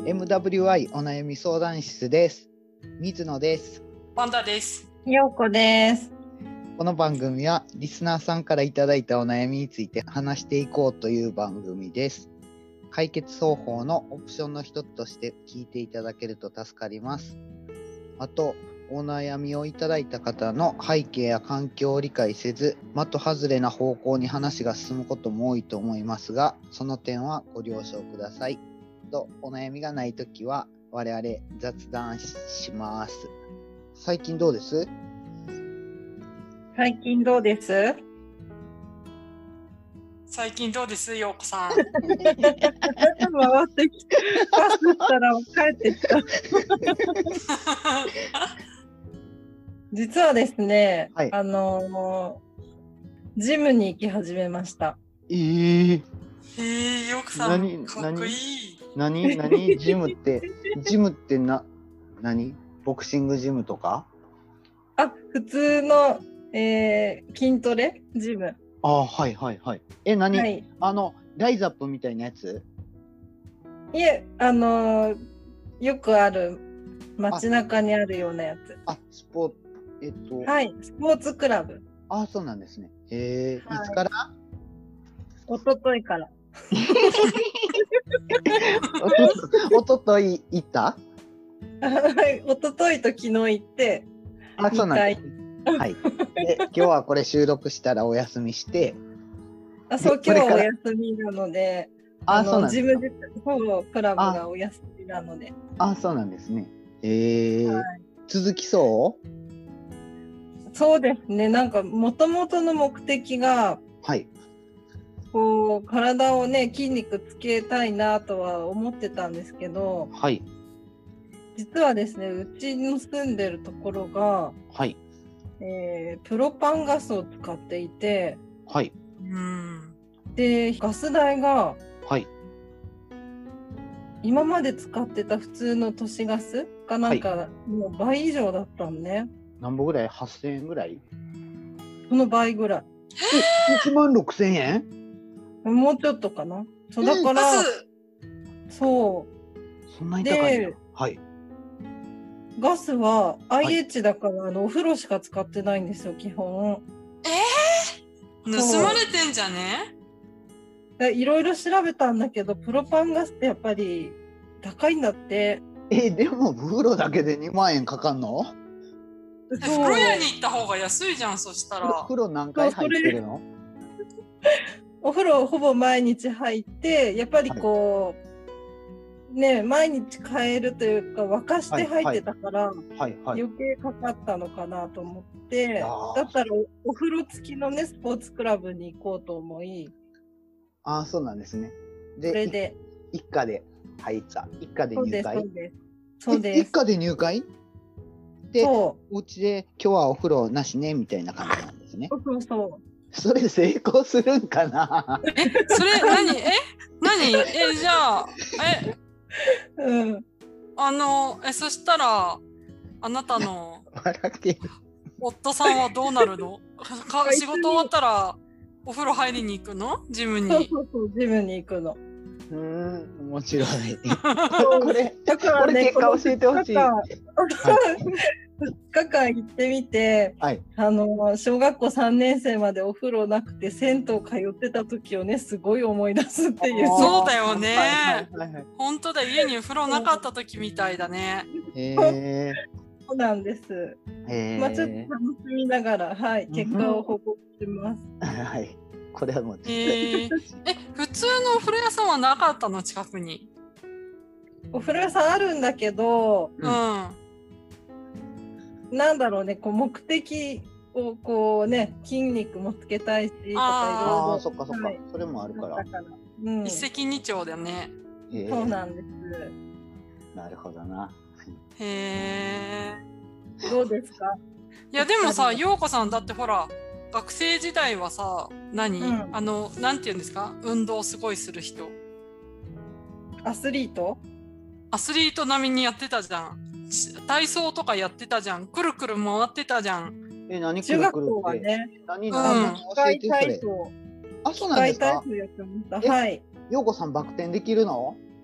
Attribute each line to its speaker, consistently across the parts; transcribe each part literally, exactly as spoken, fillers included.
Speaker 1: エムダブリューアイ お悩み相談室です。水野です。
Speaker 2: パンダです。
Speaker 3: ようこです。
Speaker 1: この番組はリスナーさんからいただいたお悩みについて話していこうという番組です。解決方法のオプションの一つとして聞いていただけると助かります。あと、お悩みをいただいた方の背景や環境を理解せず、的外れな方向に話が進むことも多いと思いますが、その点はご了承ください。と、お悩みがないときは我々雑談します。最近どうです？
Speaker 3: 最近どうです？
Speaker 2: 最近どうですようこさん。
Speaker 3: 回ってきて、パスしたら帰ってきた。実はですね、はい、あのー、ジムに行き始めました。
Speaker 1: えー、
Speaker 2: えー、よくさんかっこいい。
Speaker 1: 何何ジムってジムってな何ボクシングジムとか？
Speaker 3: あ、普通の、えー、筋トレジム。
Speaker 1: あ、はいはいはい。え、何、はい、あのライズアップみたいなやつ？
Speaker 3: いえ、あのー、よくある街中にあるようなやつ。
Speaker 1: あ、スポーツえっと
Speaker 3: はいスポーツクラブ。
Speaker 1: あ、そうなんですね。へえ、はい、いつから？
Speaker 3: おとといから。
Speaker 1: おととい行った？
Speaker 3: おとといと昨日行って、
Speaker 1: あ、そうなんです。はい。で、今日はこれ収録したらお休みして、
Speaker 3: あ、そう今日はお休みなので、
Speaker 1: ああそうなんですか。
Speaker 3: ジムでクラブがお休みなので。
Speaker 1: あ、そうなんですね。ええ、はい、続きそう？
Speaker 3: そうですね。なんか元々の目的が、
Speaker 1: はい。
Speaker 3: こう体をね筋肉つけたいなとは思ってたんですけど、
Speaker 1: はい。
Speaker 3: 実はですね、うちの住んでるところが、
Speaker 1: はい。
Speaker 3: えー、プロパンガスを使っていて、
Speaker 1: はい。
Speaker 3: うん。で、ガス代が、
Speaker 1: はい。
Speaker 3: 今まで使ってた普通の都市ガスがなんか、はい、もう倍以上だったのね。
Speaker 1: 何本ぐらい？はっせんえんぐらい？
Speaker 3: その倍ぐらい。
Speaker 1: え、いちまんろくせんえん？
Speaker 3: もうちょっとかな。そうだから、そう。
Speaker 1: そんなに高いんだ。はい。
Speaker 3: ガスは アイエイチ だから、はい、あのお風呂しか使ってないんですよ、基本。
Speaker 2: えー、盗まれてんじゃね？
Speaker 3: いろいろ調べたんだけど、プロパンガスってやっぱり高いんだって。
Speaker 1: え、でも風呂だけでにまんえんかかんの？
Speaker 2: 風呂屋に行った方が安いじゃん、そしたら。
Speaker 1: 風呂何回入ってるの？
Speaker 3: お風呂ほぼ毎日入って、やっぱりこう、はい、ね、毎日変えるというか沸かして入ってたから、はいはいはい、余計かかったのかなと思って、だったら お, お風呂付きのねスポーツクラブに行こうと思い。
Speaker 1: ああ、そうなんですね。で、
Speaker 3: それで
Speaker 1: 一家で入った。一家で入会？
Speaker 3: そうです。そうです。
Speaker 1: 一家で入会？で、お家で今日はお風呂なしねみたいな感じなんですね。
Speaker 3: そうそうそう。
Speaker 1: それ成功するんかな？
Speaker 2: え、それ何？え、何？え、じゃあ、え、
Speaker 3: うん。
Speaker 2: あの、え、そしたら、あなたの夫さんはどうなるの？か仕事終わったらお風呂入りに行くの？ジムに。
Speaker 3: そうそうそう、ジムに行くの。
Speaker 1: うーん、面白い。これ、だからね、これ結果教えてほしい。
Speaker 3: ふつかかん行ってみて、はい、あの小学校さんねん生までお風呂なくて銭湯通ってた時をねすごい思い出すっていう。
Speaker 2: そうだよね。本当だ、家にお風呂なかった時みたいだね。
Speaker 1: へ
Speaker 3: そうなんです。まあちょっと楽しみながら、はい、結果を報告します。
Speaker 1: はい。これはもう、
Speaker 2: えー、え、普通のお風呂屋さんはなかったの？近くに。
Speaker 3: お風呂屋さんあるんだけど、
Speaker 2: うん。
Speaker 3: なんだろうね、こう目的をこうね、筋肉もつけたいしとかいろいろ。
Speaker 1: ああ、そっかそっか、はい、それもあるから。から、
Speaker 2: うん、一石二鳥だよね。
Speaker 3: そうなんです。
Speaker 1: なるほどな。
Speaker 2: へえ。
Speaker 3: どうですか？
Speaker 2: いやでもさ、ようこさんだってほら、学生時代はさ、何、うん、あの、なんて言うんですか？運動すごいする人。
Speaker 3: アスリート？
Speaker 2: アスリート並みにやってたじゃん。体操とかやってたじゃん。くるくる回ってたじゃん。
Speaker 1: え、何くるくるって？中学校
Speaker 3: はね。
Speaker 1: 何何、うん、教えてそれ。あ、そうなんですか？
Speaker 3: はい。
Speaker 1: ようこさんバク転できるの？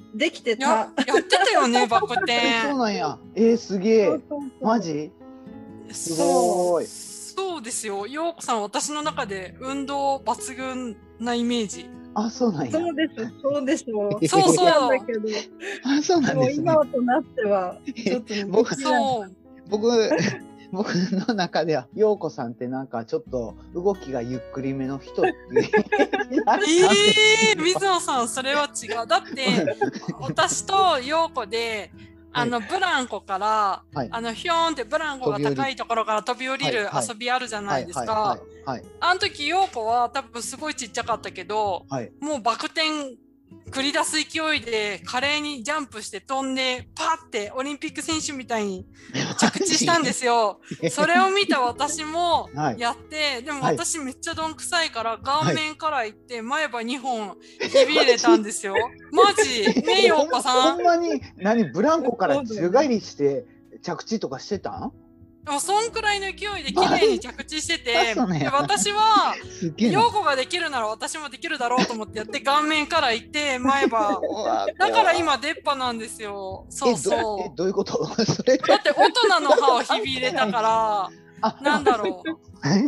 Speaker 3: できてた。
Speaker 2: や、やってたよね、バク転。
Speaker 1: そうなんや。えー、すげえ。マジ？すごーい。
Speaker 2: そうですよ。ようこさん、私の中で運動抜群なイメージ。
Speaker 1: あ、そうなんや。
Speaker 3: そうです、そうですよ。
Speaker 2: そうそう。
Speaker 3: なんだけど。
Speaker 1: あ、そうなんですね。
Speaker 3: 今となってはちょっと
Speaker 1: 僕、
Speaker 2: そう。
Speaker 1: 僕、僕の中では陽子さんってなんかちょっと動きがゆっくりめの人っていう。
Speaker 2: えー、水野さん、それは違う。だって私と陽子で。あの、はい、ブランコから、はい、あのヒョーンってブランコが高いところから飛び降りる遊びあるじゃないですか。あの時陽子は多分すごいちっちゃかったけど、はい、もうバク転繰り出す勢いで華麗にジャンプして飛んでパッてオリンピック選手みたいに着地したんですよ。それを見た私もやって、はい、でも私めっちゃどんくさいから顔面から行って前歯にほんひび入れたんですよ。マジねえようこさん。
Speaker 1: ほんまに何ブランコから宙返りして着地とかしてたん？
Speaker 2: でもそんくらいの勢いで綺麗に着地してて、で私は陽子ができるなら私もできるだろうと思ってやって顔面から行って前歯だから今出っ歯なんですよ。そうそう。
Speaker 1: え ど, えどういうことそれ
Speaker 2: だって大人の歯をひび入れたからあなんだろう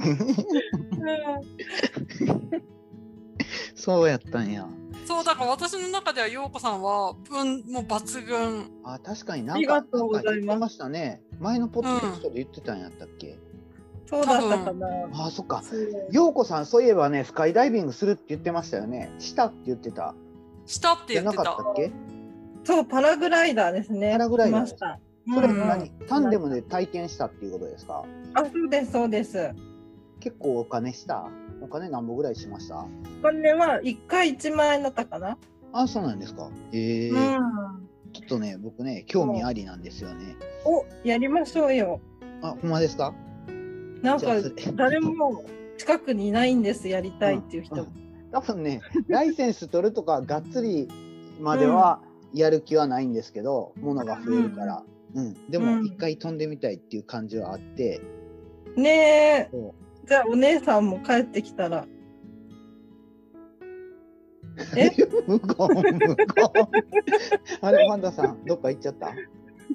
Speaker 1: そうやったんや。
Speaker 2: そうだから私の中では陽子さんは分もう抜群。
Speaker 1: あ確かになんか言ってましたね。前のポッドキャストで言ってたんやったっけ？うん、
Speaker 3: そうだったかな。
Speaker 1: あそっか。陽子さんそういえばねスカイダイビングするって言ってましたよね。したって言ってた。
Speaker 2: したって言ってた。
Speaker 1: なかったっけ？
Speaker 3: そうパラグライダーですね。
Speaker 1: パラグライダーです。それ何、うん、タンデムで体験したっていうことですか？
Speaker 3: あそうですそうです。
Speaker 1: 結構お金した？お金何本ぐらいしました？
Speaker 3: これはいっかいいちまんえんだったかな。
Speaker 1: あ、そうなんですか。へえ、うん。ちょっとね、僕ね、興味ありなんですよね。
Speaker 3: お、やりましょうよ。
Speaker 1: あ、ほんまですか？
Speaker 3: なんか誰も近くにいないんです、やりたいっていう人も。うんうん、
Speaker 1: 多分ね、ライセンス取るとかがっつりまではやる気はないんですけど、ものが増えるから。うん。うん、でも一回飛んでみたいっていう感じはあって。
Speaker 3: ねえ。じゃあお姉さんも帰ってきたら。
Speaker 1: え向こう向こうあれワンダさんどっか行っちゃった？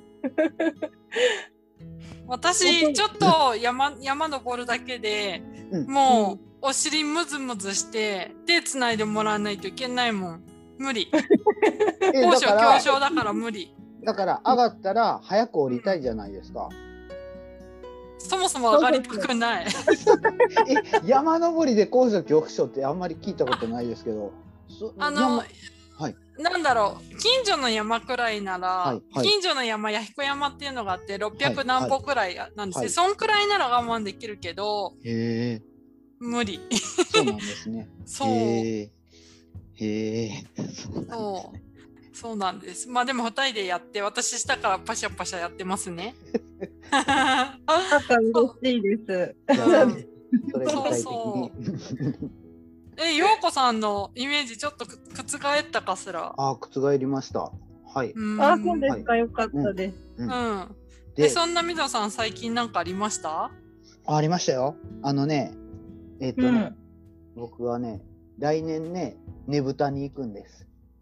Speaker 2: 私ちょっと山山登るだけで、うん、もうお尻ムズムズして手つないでもらわないといけないもん。無理。高所恐怖症だから無理。
Speaker 1: だから上がったら早く降りたいじゃないですか。
Speaker 2: そもそも上がりたくない。え
Speaker 1: 山登りで高所恐怖症ってあんまり聞いたことないですけど。
Speaker 2: あの、はい、なんだろう近所の山くらいなら、はいはい、近所の山弥彦山っていうのがあってろっぴゃく何歩くらいなんですね、はいはい、そんくらいなら我慢できるけど
Speaker 1: へ
Speaker 2: 無理。
Speaker 1: そうなんですね。
Speaker 2: そう
Speaker 1: へえ
Speaker 2: そうそうなんです。まあでもふたりでやって私下からパシャパシャやってますね。
Speaker 3: あ嬉しいです。
Speaker 1: それ具体的に。
Speaker 2: え、陽子さんのイメージちょっと覆ったかしら。
Speaker 1: あ、覆りました。はい。
Speaker 3: あ、そうですか、よかったです。
Speaker 2: うん。うん、で、そんな水野さん最近なんかありました？
Speaker 1: あ、ありましたよ。あのね、えっとね、うん、僕はね、来年ね、ねぶたに行くんです。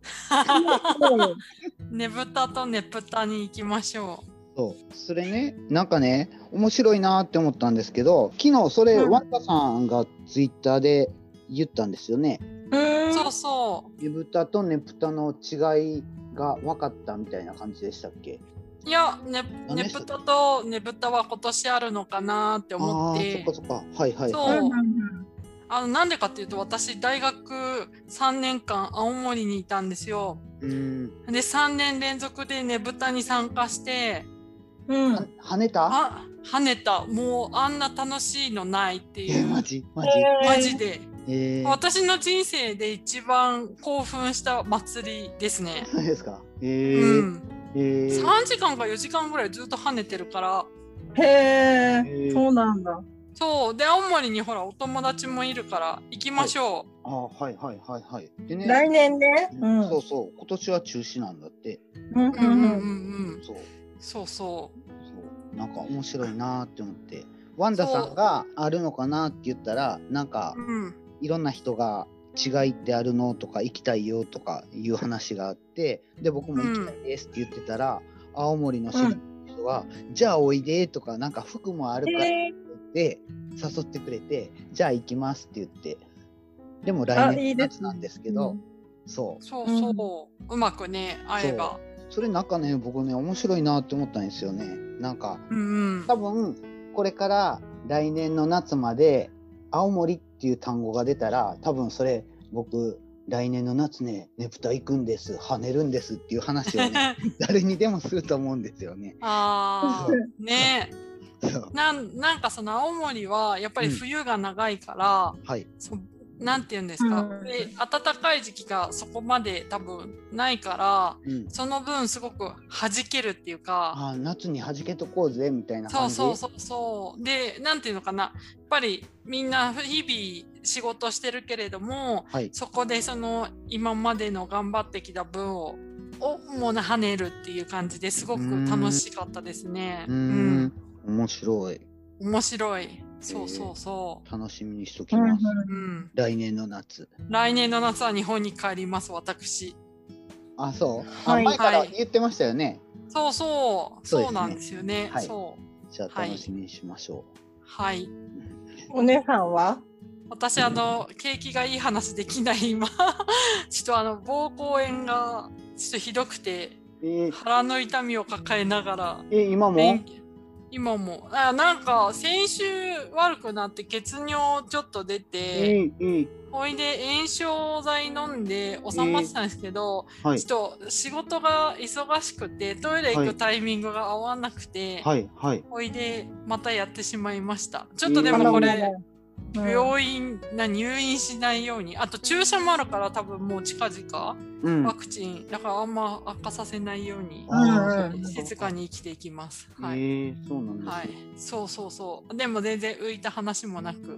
Speaker 2: ねぶたとねぷたに行きましょ
Speaker 1: う。そう、それね、なんかね、面白いなって思ったんですけど、昨日それ、うん、ワンダさんがツイッターで言ったんですよね。
Speaker 2: そうそう。
Speaker 1: ねぶたとねぷたの違いが分かったみたいな感じでしたっけ？
Speaker 2: いや、ね、ねぷたとねぶたは今年あるのかなって思って。
Speaker 1: ああ、そっかそっか。はいはい。
Speaker 2: そう。あのなんでかっていうと私大学さんねんかん青森にいたんですよ。うん、でさんねん連続でねぶたに参加して、
Speaker 1: うん、は跳ねた？
Speaker 2: あ、跳ねた。もうあんな楽しいのないっていう。
Speaker 1: えー、マジマジ、
Speaker 2: マジで。
Speaker 1: えー、
Speaker 2: 私の人生で一番興奮した祭りですね。
Speaker 1: そうですか。えーうん
Speaker 2: えー、さんじかんかよじかんぐらいずっと跳ねてるから。
Speaker 3: へえ、そうなんだ。
Speaker 2: そうで青森にほらお友達もいるから行きましょ
Speaker 1: う。はい、あ、はいはいはいはい。でね、
Speaker 3: 来年ね、
Speaker 1: うん、そうそう今年は中止なんだって。
Speaker 2: うんうんうんうん。そうそうそう
Speaker 1: そうなんか面白いなって思って。ワンダさんがあるのかなって言ったらなんか、うん、いろんな人が違いってあるのとか行きたいよとかいう話があって、で僕も行きたいですって言ってたら、うん、青森の市の人は、うん、じゃあおいでとかなんか服もあるからって言って誘ってくれて、えー、じゃあ行きますって言って、でも来年の夏なんですけど、いいですね、そう
Speaker 2: そうそう、うまくね会えば、
Speaker 1: それなんかね僕ね面白いなって思ったんですよね。なんか、うんうん、多分これから来年の夏まで青森っていう単語が出たら、多分それ僕来年の夏ねねぷた行くんです、跳ねるんですっていう話をね誰にでもすると思うんですよね。
Speaker 2: あーねな ん, なんかその青森はやっぱり冬が長いから、うん、はい、そなんて言うんですか、うん、で暖かい時期がそこまで多分ないから、うん、その分すごく弾けるっていうか、
Speaker 1: あ、夏に弾けとこうぜみたいな感じ。
Speaker 2: そうそうそうそう。でなんていうのかな、やっぱりみんな日々仕事してるけれども、はい、そこでその今までの頑張ってきた分ををもう跳ねるっていう感じですごく楽しかったですね。
Speaker 1: うん、うん面白い。
Speaker 2: 面白い。そうそうそう。
Speaker 1: 楽しみにしときます。うん、来年の夏。
Speaker 2: 来年の夏は日本に帰ります、私。
Speaker 1: あ、そう。はい、あ、前から言ってましたよね。
Speaker 2: そうそう。そうですね、そうなんですよね。はい、そう。
Speaker 1: じゃあ楽しみにしましょう。
Speaker 2: はい。
Speaker 3: お姉さんは？
Speaker 2: 私あの景気がいい話できない今ちょっとあの膀胱炎がちょっとひどくて、えー、腹の痛みを抱えながら。
Speaker 1: えー、今も？
Speaker 2: 今もあなんか先週悪くなって血尿ちょっと出て、うんうん、ほいで炎症剤飲んで収まってたんですけど、えーはい、ちょっと仕事が忙しくてトイレ行くタイミングが合わなくて、はいはい、ほいでまたやってしまいました。ちょっとでもこれ、えー病院な入院しないように、あと注射もあるから多分もう近々、うん、ワクチンだからあんま悪化させないように、うん、静かに生きていきます。はい。え
Speaker 1: ー、そうなんですね。はい。
Speaker 2: そうそうそう。でも全然浮いた話もなく。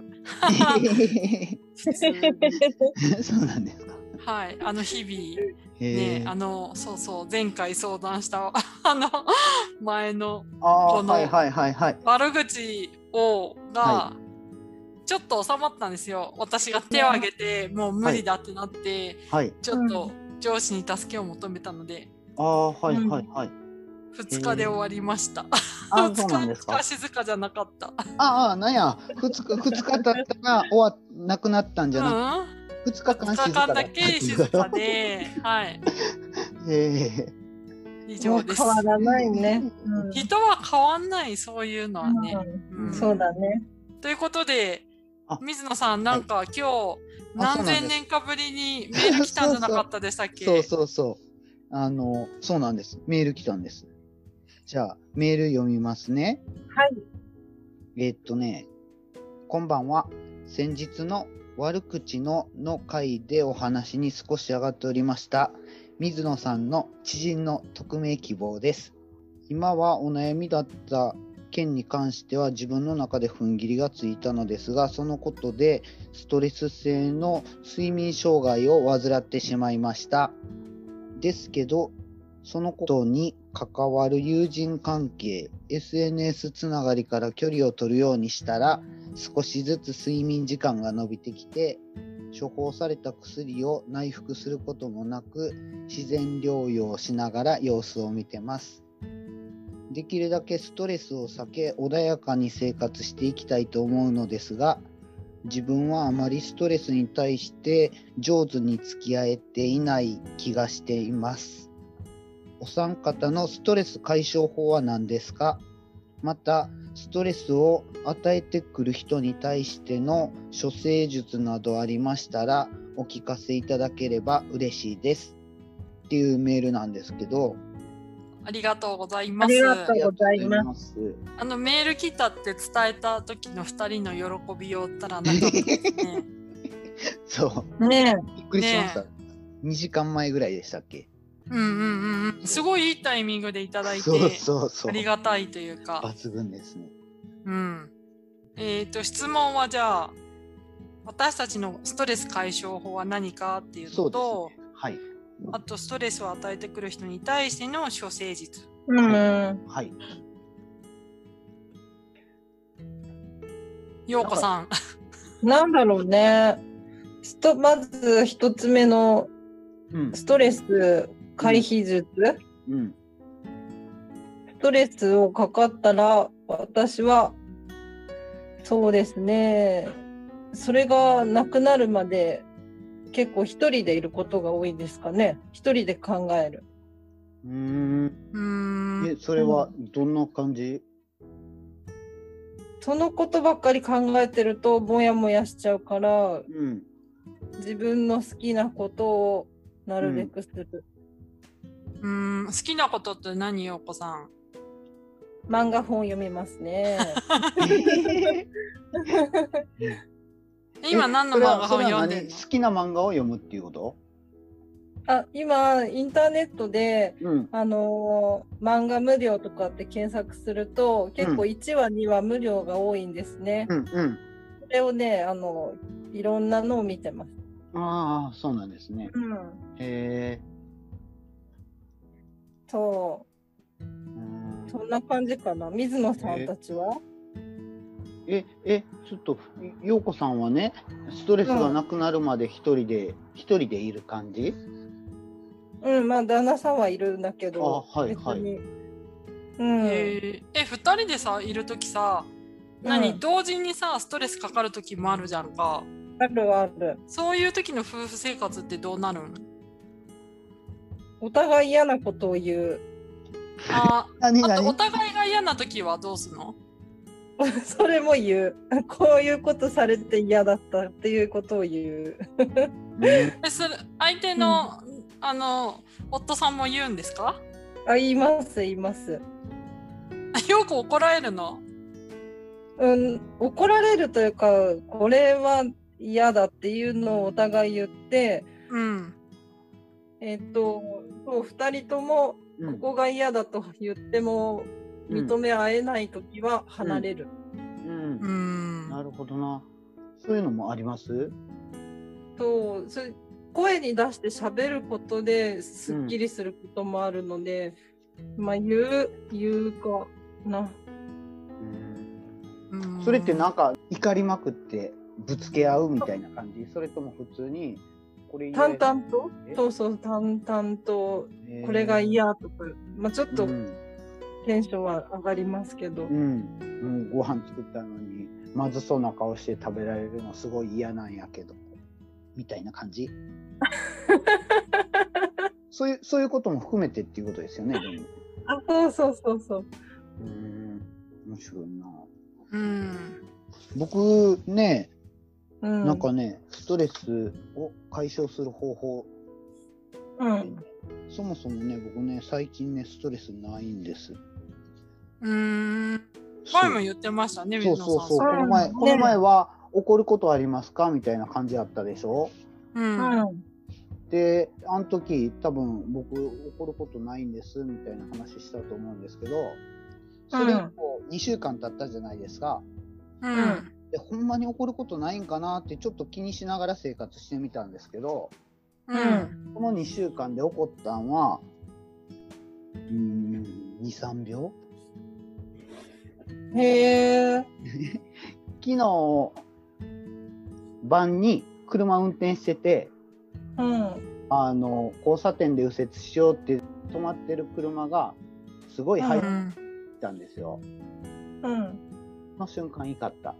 Speaker 1: そうなんですか。
Speaker 2: はい。あの日々ね、あのそうそう前回相談したあの前のこの悪口をが、はいちょっと収まったんですよ。私が手を挙げてもう無理だってなって、はい、ちょっと上司に助けを求めたので、
Speaker 1: ああはいはいはい。
Speaker 2: ふつかで終わりました。
Speaker 1: あ、そうなんですか。
Speaker 2: ふつか静かじゃなかった。
Speaker 1: ああなんやふつかふつか経ったら終わなくなったんじゃなくて、うん、ふつかかん静か
Speaker 2: だけ静かで、はい。
Speaker 1: え
Speaker 2: ー、以上です。
Speaker 3: 変わらないね。
Speaker 2: うん、人は変わんないそういうのはね。
Speaker 3: うんうん、そうだね。
Speaker 2: ということで。水野さんなんか、はい、今日何千年かぶりにメール来たんじゃなかったでしたっけ？
Speaker 1: そうそうそうあのそうなんです、メール来たんです。じゃあメール読みますね。
Speaker 3: はい。
Speaker 1: えー、っとねこんばんは。先日の悪口のの回でお話に少し上がっておりました水野さんの知人の匿名希望です。今はお悩みだった件に関しては自分の中で踏ん切りがついたのですが、そのことでストレス性の睡眠障害を患ってしまいました。ですけどそのことに関わる友人関係 エスエヌエス つながりから距離を取るようにしたら少しずつ睡眠時間が伸びてきて、処方された薬を内服することもなく自然療養しながら様子を見てます。できるだけストレスを避け穏やかに生活していきたいと思うのですが、自分はあまりストレスに対して上手に付き合えていない気がしています。お三方のストレス解消法は何ですか？またストレスを与えてくる人に対しての処世術などありましたらお聞かせいただければ嬉しいですっていうメールなんですけど、
Speaker 2: ありがとうございます。
Speaker 3: ありがとうございます。
Speaker 2: あのメール来たって伝えた時のふたりの喜びをったらなかったですね。
Speaker 1: そう
Speaker 3: ね
Speaker 1: びっくりしました、ね、にじかんまえぐらいでしたっけ？
Speaker 2: うんうんうん、すごいいいタイミングでいただいて、そうそうそう、ありがたいというか
Speaker 1: 抜群ですね。
Speaker 2: うん。えっと質問はじゃあ私たちのストレス解消法は何かっていうのと、
Speaker 1: ね、はい。
Speaker 2: あとストレスを与えてくる人に対しての処世術。
Speaker 3: うん。
Speaker 1: はい。
Speaker 2: ようこさん。
Speaker 3: なんだろうね。 ストまず一つ目のストレス回避術、うんうん、ストレスをかかったら私はそうですね、それがなくなるまで結構一人でいることが多いですかね。一人で考える。
Speaker 1: うーん。うーん。え、それはどんな感じ？
Speaker 3: そのことばっかり考えてるとモヤモヤしちゃうから、うん、自分の好きなことをなるべくする。
Speaker 2: うーん、好きなことって何よ、お子さん？
Speaker 3: 漫画本読みますね。
Speaker 2: 今何の漫画本読んでんの？
Speaker 1: 好きな漫画を読むっていうこと？
Speaker 3: あ、今インターネットで、うん、あのー、漫画無料とかって検索すると結構いちわにわ無料が多いんですね。うんうん、それをね、あのいろんなのを見てます。
Speaker 1: ああ、そうなんですね。うん、へえ。
Speaker 3: そう。そんな感じかな。水野さんたちは？
Speaker 1: え、え、ちょっと陽子さんはね、ストレスがなくなるまで一人で、うん、一人でいる感じ？
Speaker 3: うん、まあ旦那さんはいるんだけど、
Speaker 1: あ、はいはい。
Speaker 2: うん、え、え、二人でさいるときさ、何、うん、同時にさストレスかかるときもあるじゃんか。
Speaker 3: あるある。
Speaker 2: そういう時の夫婦生活ってどうなるん？
Speaker 3: お互い嫌なことを言う。
Speaker 2: ああとお互いが嫌な時はどうするの？
Speaker 3: それも言う。こういうことされて嫌だったっていうことを言う。
Speaker 2: え、それ相手の、うん、あの夫さんも言うんですか？
Speaker 3: あ、言います言います。
Speaker 2: よく怒られるの？
Speaker 3: うん、怒られるというか、これは嫌だっていうのをお互い言って、うん、えっとそうふたりともここが嫌だと言っても認め合えないときは離れる。
Speaker 1: うんうんうん、なるほどな。そういうのもあります？
Speaker 3: そう、それ声に出して喋ることですっきりすることもあるので、うん、まあ言う言うかな。
Speaker 1: うん、それってなんか怒りまくってぶつけ合うみたいな感じ？それとも普通にこれ
Speaker 3: 淡々と、そうそう淡々とこれが嫌とか、まあちょっとテンションは上がりますけど、うん
Speaker 1: うん、ご飯作ったのにまずそうな顔して食べられるのすごい嫌なんやけどみたいな感じ？そういうそういうことも含めてっていうことですよね。でも
Speaker 3: あ、そうそうそうそう。
Speaker 1: うん、面白いな。
Speaker 2: うん、
Speaker 1: 僕ね。うん、なんかね、ストレスを解消する方法、うん、そもそもね、僕ね、最近ね、ストレスないんです。
Speaker 2: うーん。前も言ってましたね、
Speaker 1: そうそうそう。この前、この前は、怒ることありますかみたいな感じあったでしょ？うん。で、あの時、多分、僕、怒ることないんです、みたいな話したと思うんですけど、それ以降、にしゅうかん経ったじゃないですか。うん。でほんまに起こることないんかなってちょっと気にしながら生活してみたんですけど、うん、このにしゅうかんで起こったんはうーん にさんびょ
Speaker 3: う。へー
Speaker 1: 昨日晩に車運転してて、うん、あの交差点で右折しようって止まってる車がすごい入ったんですよ、うん、その瞬間怒った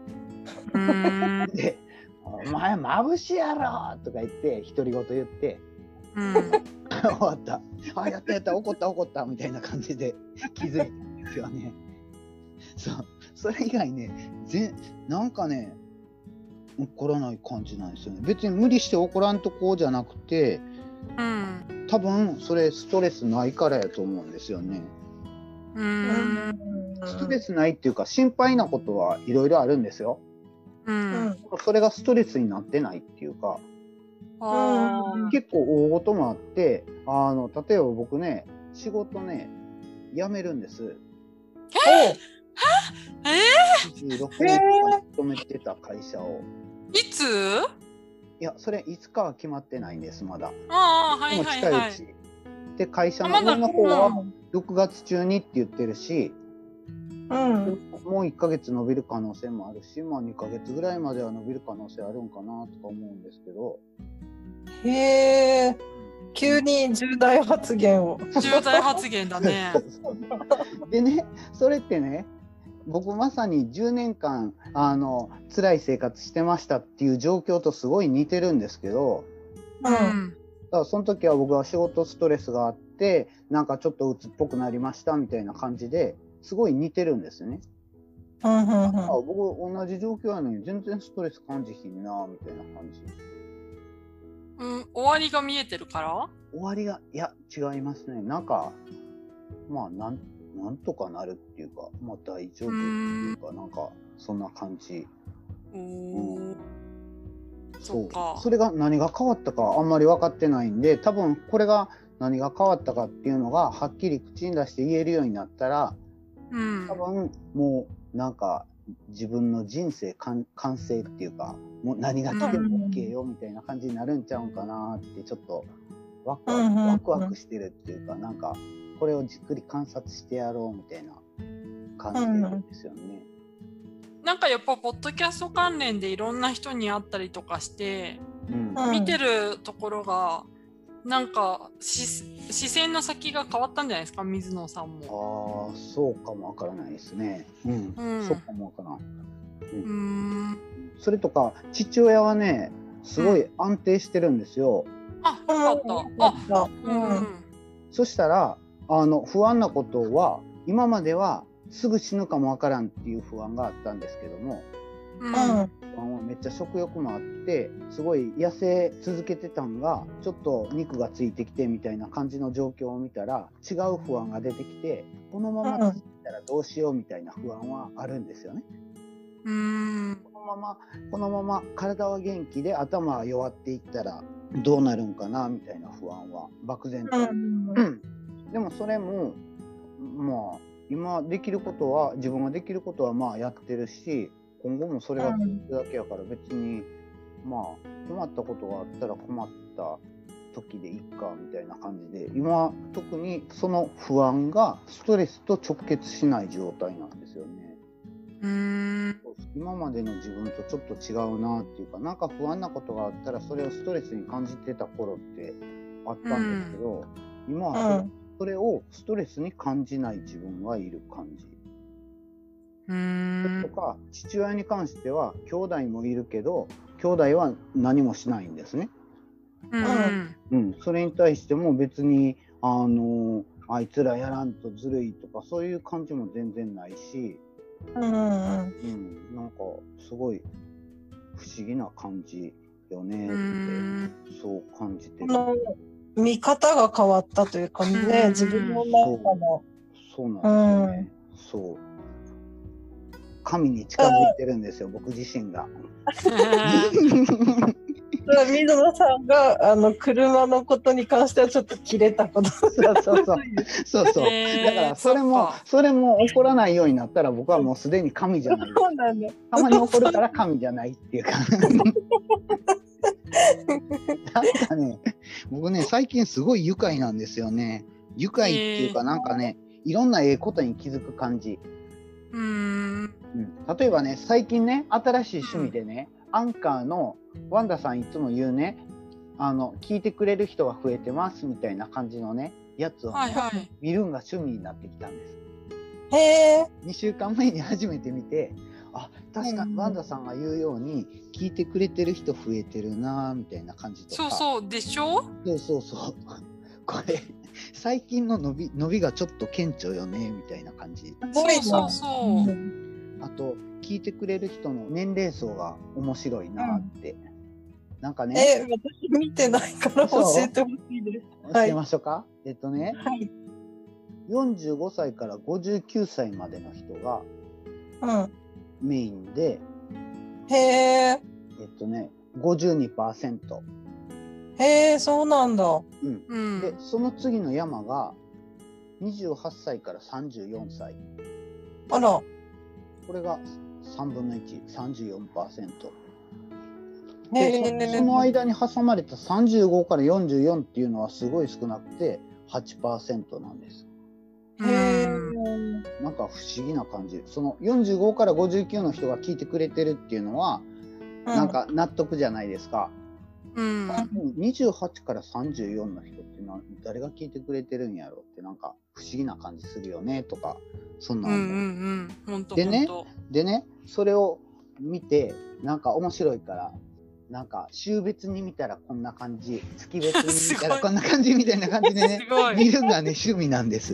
Speaker 1: で、お前眩しいやろとか言って独り言言って、うん、終わった。あ、やったやった、怒った怒ったみたいな感じで気づいたんですよね。そう、それ以外ね、ぜなんかね怒らない感じなんですよね。別に無理して怒らんとこうじゃなくて、うん、多分それストレスないからやと思うんですよね。うーん、ストレスないっていうか心配なことはいろいろあるんですよ。うん、それがストレスになってないっていうか、あ結構大事もあって、あの例えば僕ね仕事ね辞めるんです。
Speaker 2: ええ
Speaker 1: えにじゅうろくねんかん勤めてた会社を
Speaker 2: いつ？
Speaker 1: いやそれいつかは決まってないんですまだ。
Speaker 2: ああ、はいはいはい。
Speaker 1: でも近いうちで会社の上の方はろくがつ中にって言ってるし、
Speaker 3: うん、
Speaker 1: もういっかげつ伸びる可能性もあるし、まあ、にかげつぐらいまでは伸びる可能性あるんかなとか思うんですけど。
Speaker 3: へえ、急に重大発言を。
Speaker 2: 重大発言だね。
Speaker 1: でね、それってね、僕まさにじゅうねんかんあの辛い生活してましたっていう状況とすごい似てるんですけど、
Speaker 2: うん、だ
Speaker 1: からその時は僕は仕事ストレスがあってなんかちょっと鬱っぽくなりましたみたいな感じですごい似てるんですよね。
Speaker 3: うんうんうん、
Speaker 1: あ僕同じ状況なのに全然ストレス感じひんなみたいな感じ。
Speaker 2: うん、終わりが見えてるから？
Speaker 1: 終わりがいや違いますね。なんかまあなんなんとかなるっていうか、まあ大丈夫っていうか、なんかそんな感じ。
Speaker 2: おー、うん、
Speaker 1: そうか。それが何が変わったかあんまり分かってないんで、多分これが何が変わったかっていうのがはっきり口に出して言えるようになったら、
Speaker 2: うん、
Speaker 1: 多分もうなんか自分の人生完成っていうか、もう何が来ても OK よみたいな感じになるんちゃうんかなってちょっとワクワク、うんうんうん、ワクワクしてるっていうか、なんかこれをじっくり観察してやろうみたいな感じなんですよね。うんうん、
Speaker 2: なんかやっぱポッドキャスト関連でいろんな人に会ったりとかして、うん、見てるところがなんか視線の先が変わったんじゃないですか、水野さん
Speaker 1: も。ああ、そうかもわからないですね。うん、うん、そうかもわからん。うん、うーん、それとか父親はねすごい安定してるんですよ。うん、
Speaker 2: あ、よかった。あ、うん、うん、
Speaker 1: そしたらあの不安なことは今まではすぐ死ぬかもわからんっていう不安があったんですけども、うん、不安はめっちゃ食欲もあってすごい痩せ続けてたんがちょっと肉がついてきてみたいな感じの状況を見たら違う不安が出てきて、このまま続いたらどうしようみたいな不安はあるんですよね。
Speaker 2: うーん、
Speaker 1: このままこのまま体は元気で頭は弱っていったらどうなるんかなみたいな不安は漠然と、うん、でもそれもまあ今できることは自分ができることはまあやってるし、今後もそれが続くだけやから別にまあ困ったことがあったら困った時でいいかみたいな感じで、今特にその不安がストレスと直結しない状態なんですよね。
Speaker 2: うーん、
Speaker 1: 今までの自分とちょっと違うなっていうか、なんか不安なことがあったらそれをストレスに感じてた頃ってあったんですけど、うん、今はそれ、それをストレスに感じない自分がいる感じ。
Speaker 2: うーん、
Speaker 1: とか父親に関しては兄弟もいるけど兄弟は何もしないんですね。
Speaker 2: うん
Speaker 1: うん、それに対しても別にあのあいつらやらんとずるいとかそういう感じも全然ないし、
Speaker 3: うんうんうん
Speaker 1: うん、なんかすごい不思議な感じよねって、うん、そう感じてる。
Speaker 3: 見方が変わったというかね、自分の中の
Speaker 1: そうなんですよね、うん、そう神に近づいてるんですよ僕自身が。
Speaker 3: 水野さんがあの車のことに関してはちょっと切れたこと。
Speaker 1: そうそうそうそうそう、えー、だからそれもそれも起こらないようになったら僕はもうすでに神じゃない。
Speaker 3: そうなんだ。
Speaker 1: たまに起こるから神じゃないっていうか。なんかね、僕ね最近すごい愉快なんですよね。愉快っていうかなんかね、いろんなええことに気づく感じ。
Speaker 2: うーん、うん、
Speaker 1: 例えばね最近ね新しい趣味でね、うん、アンカーのワンダさんいつも言うね、あの聞いてくれる人が増えてますみたいな感じのねやつを、ね、
Speaker 2: はいはい、
Speaker 1: 見るんが趣味になってきたんです。
Speaker 3: へー、
Speaker 1: にしゅうかんまえに初めて見て、あ確かにワンダさんが言うように聞いてくれてる人増えてるなみたいな感じとか。
Speaker 2: そうそうでしょ。
Speaker 1: そうそうそうこれ最近の伸び伸びがちょっと顕著よねみたいな感じ。
Speaker 2: そうそうそう、
Speaker 1: あと聞いてくれる人の年齢層が面白いなって、うん、なんかね、
Speaker 3: え私見てないから教えてほしいです。
Speaker 1: 教えましょうか、はい、えっとね、
Speaker 3: はい、
Speaker 1: よんじゅうごさいからごじゅうきゅうさいまでの人がメインで、
Speaker 3: うん、へー、
Speaker 1: えっとね ごじゅうにパーセント。
Speaker 3: へー、そうなんだ。
Speaker 1: うんうん、でその次の山がにじゅうはっさいからさんじゅうよんさい。
Speaker 3: あら、
Speaker 1: これがさんぶんのいち、さんじゅうよんパーセント。
Speaker 3: で
Speaker 1: そ, その間に挟まれたさんじゅうごからよんじゅうよんっていうのはすごい少なくて はちパーセント なんです。
Speaker 3: へえ。
Speaker 1: なんか不思議な感じ。そのよんじゅうごからごじゅうきゅうの人が聞いてくれてるっていうのは、うん、なんか納得じゃないですか。うん、にじゅうはちからさんじゅうよんの人ってな誰が聞いてくれてるんやろってなんか不思議な感じするよねとかそんな、うんうんうん、でねでねそれを見てなんか面白いからなんか週別に見たらこんな感じ月別に見たらこんな感じみたいな感じでね見るのがね趣味なんです。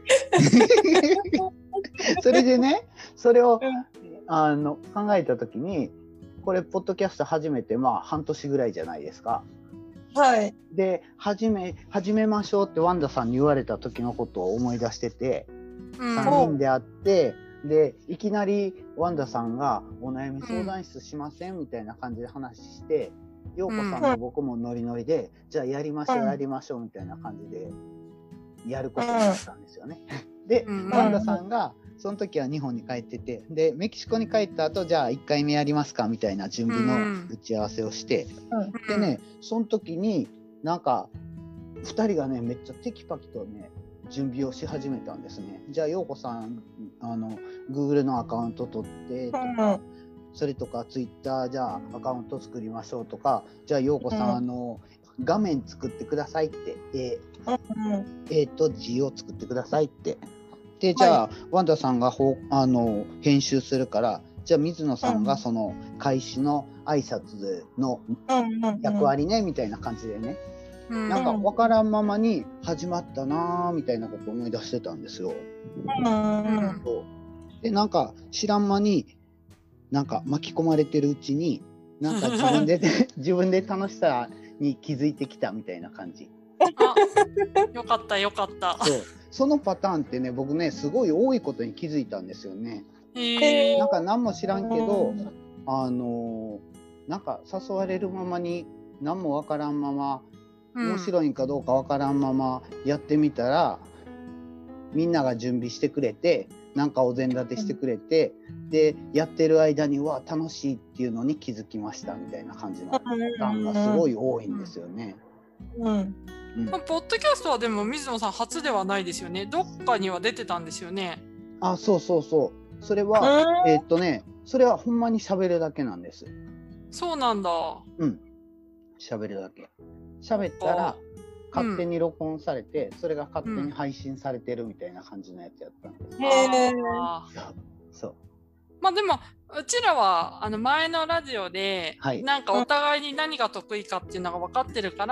Speaker 1: それでねそれをあの考えた時にこれポッドキャスト始めてまあ半年ぐらいじゃないですか。
Speaker 3: はい。
Speaker 1: で始め始めましょうってワンダさんに言われた時のことを思い出してて、うん、さんにんで会ってでいきなりワンダさんがお悩み相談室しません、うん、みたいな感じで話して陽子さんも僕もノリノリで、うん、じゃあやりましょうやりましょうみたいな感じでやることになったんですよね。うん、で、うん、ワンダさんがその時は日本に帰っててでメキシコに帰った後じゃあいっかいめやりますかみたいな準備の打ち合わせをして、うん、でねその時になんかふたりがねめっちゃテキパキとね準備をし始めたんですね。じゃあ陽子さんあの Google のアカウント取ってとか、うん、それとか Twitter じゃあアカウント作りましょうとかじゃあ陽子さん、うん、あの画面作ってくださいって、えーうん、絵と字を作ってくださいってでじゃあ、はい、ワンダさんがほあの編集するからじゃあ水野さんがその開始の挨拶の役割ね、うんうんうん、みたいな感じでね、うん、なんか分からんままに始まったなーみたいなことを思い出してたんですよ。うんうん、そうでなんか知らん間になんか巻き込まれてるうちになんか自分で自分で楽しさに気づいてきたみたいな感じ。
Speaker 2: あ、よかったよかった。
Speaker 1: そうそのパターンってね僕ねすごい多いことに気づいたんですよね。へーなんか何も知らんけどあのなんか誘われるままに何もわからんまま面白いんかどうかわからんままやってみたら、うん、みんなが準備してくれてなんかお膳立てしてくれて、うん、でやってる間には楽しいっていうのに気づきましたみたいな感じのパターンがすごい多いんですよね。うん
Speaker 2: うんうん、ポッドキャストはでも水野さん初ではないですよね。どっかには出てたんですよね。
Speaker 1: あ、そうそうそう。それはえー、っとね、それはほんまに喋るだけなんです。
Speaker 2: そうなんだ。
Speaker 1: うん。喋るだけ。喋ったら勝手に録音されて、うん、それが勝手に配信されてるみたいな感じのやつやったんです。へ、うん、え。
Speaker 2: そう。まあでもうちらはあの前のラジオで、はい、なんかお互いに何が得意かっていうのが分かってるから、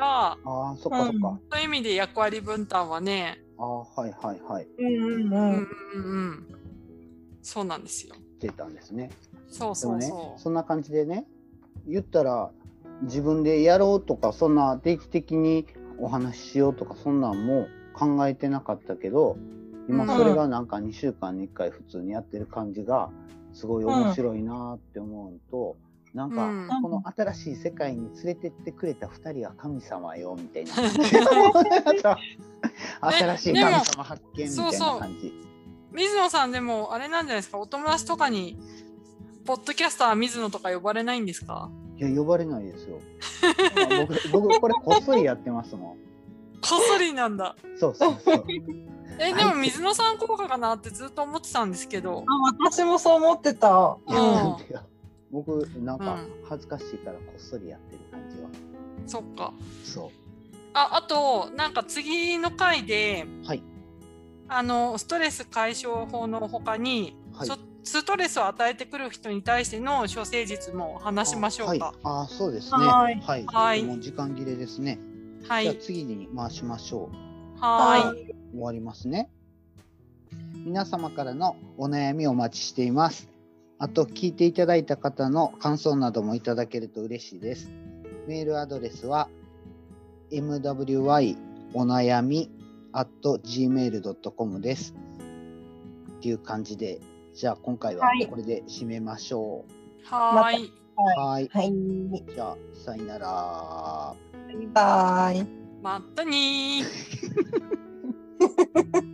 Speaker 1: うん、あ、そっかそっか、うん、
Speaker 2: そういう意味で役割分担はね、
Speaker 1: あ、はいはいはい、
Speaker 2: うんうんうんうんうん、そうなんですよ。
Speaker 1: 出たんですね。
Speaker 2: そうそうそう。
Speaker 1: でもね、そんな感じでね、言ったら自分でやろうとかそんな定期的にお話ししようとかそんなんも考えてなかったけど、今それがなんかにしゅうかんにいっかい普通にやってる感じがすごい面白いなって思うと、うん、なんか、うん、この新しい世界に連れてってくれたふたりは神様よみたいな新しい神様発見みたいな感じ。そうそう、
Speaker 2: 水野さんでもあれなんじゃないですか、お友達とかにポッドキャスター水野とか呼ばれないんですか？
Speaker 1: いや呼ばれないですよ。僕, 僕これこっそりやってますもん。
Speaker 2: こっそりなんだ。
Speaker 1: そうそうそう
Speaker 2: えでも水野さん効果かなってずっと思ってたんですけど。
Speaker 3: あ、私もそう思ってた。
Speaker 1: いや、うん、僕なんか恥ずかしいからこっそりやってる感じは。
Speaker 2: うん、そっか。
Speaker 1: そう。
Speaker 2: あ、あとなんか次の回で、
Speaker 1: はい、
Speaker 2: あのストレス解消法の他に、はい、ストレスを与えてくる人に対しての処世術も話しましょうか。
Speaker 1: あ、はい、あ、そうですね。はい。はい。
Speaker 2: はい、
Speaker 1: もう時間切れですね。
Speaker 2: はい。
Speaker 1: じゃあ次に回しましょ
Speaker 2: う。はい。
Speaker 1: 終わりますね。皆様からのお悩みをお待ちしています。あと聞いていただいた方の感想などもいただけると嬉しいです。メールアドレスは エムダブリューワイ お悩み アット ジーメール ドットコム です。っていう感じで、じゃあ今回はこれで締めましょ
Speaker 2: う。はい。
Speaker 1: はい。
Speaker 3: はい。
Speaker 1: じゃあさよなら。
Speaker 3: バイバイ。
Speaker 2: またねー。